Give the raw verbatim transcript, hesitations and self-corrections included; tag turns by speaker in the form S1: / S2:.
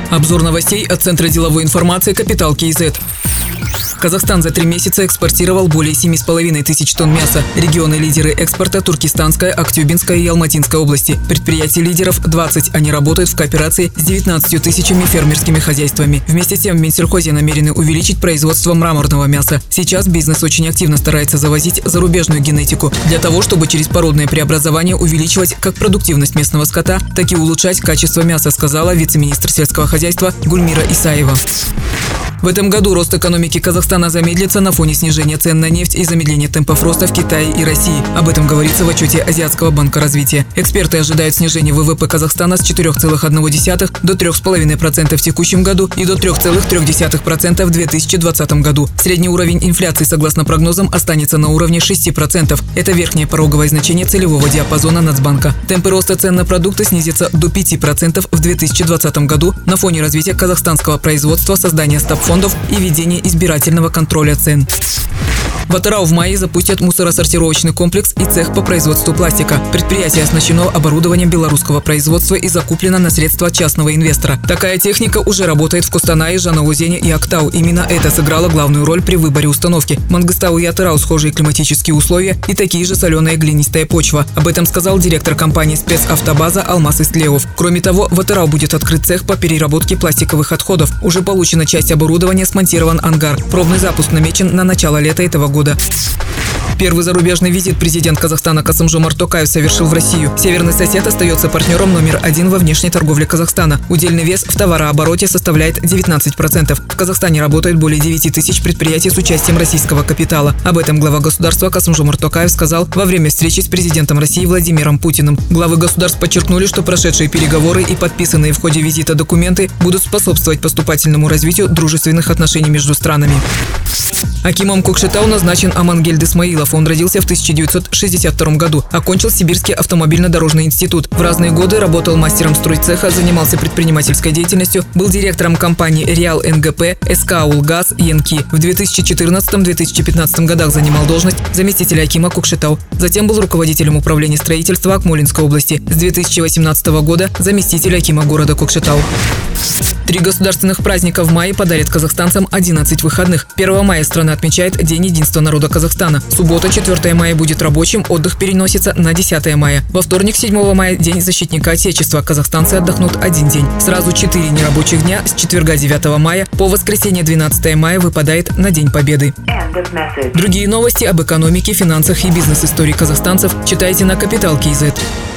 S1: Обзор новостей от Центра деловой информации «Капитал КИЗ». Казахстан за три месяца экспортировал более семи с половиной тысяч тонн мяса. Регионы-лидеры экспорта – Туркестанская, Актюбинская и Алматинская области. Предприятий лидеров двадцать. Они работают в кооперации с девятнадцатью тысячами фермерскими хозяйствами. Вместе с тем в Минсельхозе намерены увеличить производство мраморного мяса. Сейчас бизнес очень активно старается завозить зарубежную генетику для того, чтобы через породное преобразование увеличивать как продуктивность местного скота, так и улучшать качество мяса, сказала вице-министр сельского хозяйства Гульмира Исаева. В этом году рост экономики Казахстана замедлится на фоне снижения цен на нефть и замедления темпов роста в Китае и России. Об этом говорится в отчете Азиатского банка развития. Эксперты ожидают снижения ВВП Казахстана с четырёх целых одной десятой до трёх с половиной процентов в текущем году и до трёх целых трёх десятых процента в две тысячи двадцатом году. Средний уровень инфляции, согласно прогнозам, останется на уровне шести процентов. Это верхнее пороговое значение целевого диапазона Нацбанка. Темпы роста цен на продукты снизятся до пяти процентов в две тысячи двадцатом году на фоне развития казахстанского производства, создания стабфондов и введения избирательного контроля цен. В Атырау в мае запустят мусоросортировочный комплекс и цех по производству пластика. Предприятие оснащено оборудованием белорусского производства и закуплено на средства частного инвестора. Такая техника уже работает в Костанае, Жанаозене и Актау. Именно это сыграло главную роль при выборе установки. Мангыстау и Атырау схожие климатические условия и такие же соленая глинистая почва. Об этом сказал директор компании спецавтобаза Алмаз Истлеев. Кроме того, в Атырау будет открыт цех по переработке пластиковых отходов. Уже получена часть оборудования, смонтирован ангар. Пробный запуск намечен на начало лета этого года. года. Первый зарубежный визит президент Казахстана Касым-Жомарт Токаев совершил в Россию. Северный сосед остается партнером номер один во внешней торговле Казахстана. Удельный вес в товарообороте составляет девятнадцать процентов. В Казахстане работает более девяти тысяч предприятий с участием российского капитала. Об этом глава государства Касым-Жомарт Токаев сказал во время встречи с президентом России Владимиром Путиным. Главы государств подчеркнули, что прошедшие переговоры и подписанные в ходе визита документы будут способствовать поступательному развитию дружественных отношений между странами. Акимом Кокшетау назначен Амангельд Исмаилов. Он родился в тысяча девятьсот шестьдесят втором году. Окончил Сибирский автомобильно-дорожный институт. В разные годы работал мастером стройцеха, занимался предпринимательской деятельностью, был директором компаний «Реал НГП», СК «Улгаз», «Янки». В две тысячи четырнадцатом — две тысячи пятнадцатом годах занимал должность заместителя акима Кокшетау. Затем был руководителем управления строительства Акмолинской области. С две тысячи восемнадцатого года заместитель акима города Кокшетау. Три государственных праздника в мае подарят казахстанцам одиннадцать выходных. первого мая страна отмечает День единства народа Казахстана. Суббота, четвёртого мая, будет рабочим, отдых переносится на десятое мая. Во вторник, седьмого мая, День защитника Отечества. Казахстанцы отдохнут один день. Сразу четыре нерабочих дня с четверга девятого мая по воскресенье двенадцатого мая выпадает на День Победы. Другие новости об экономике, финансах и бизнес-истории казахстанцев читайте на Капитал КИЗ.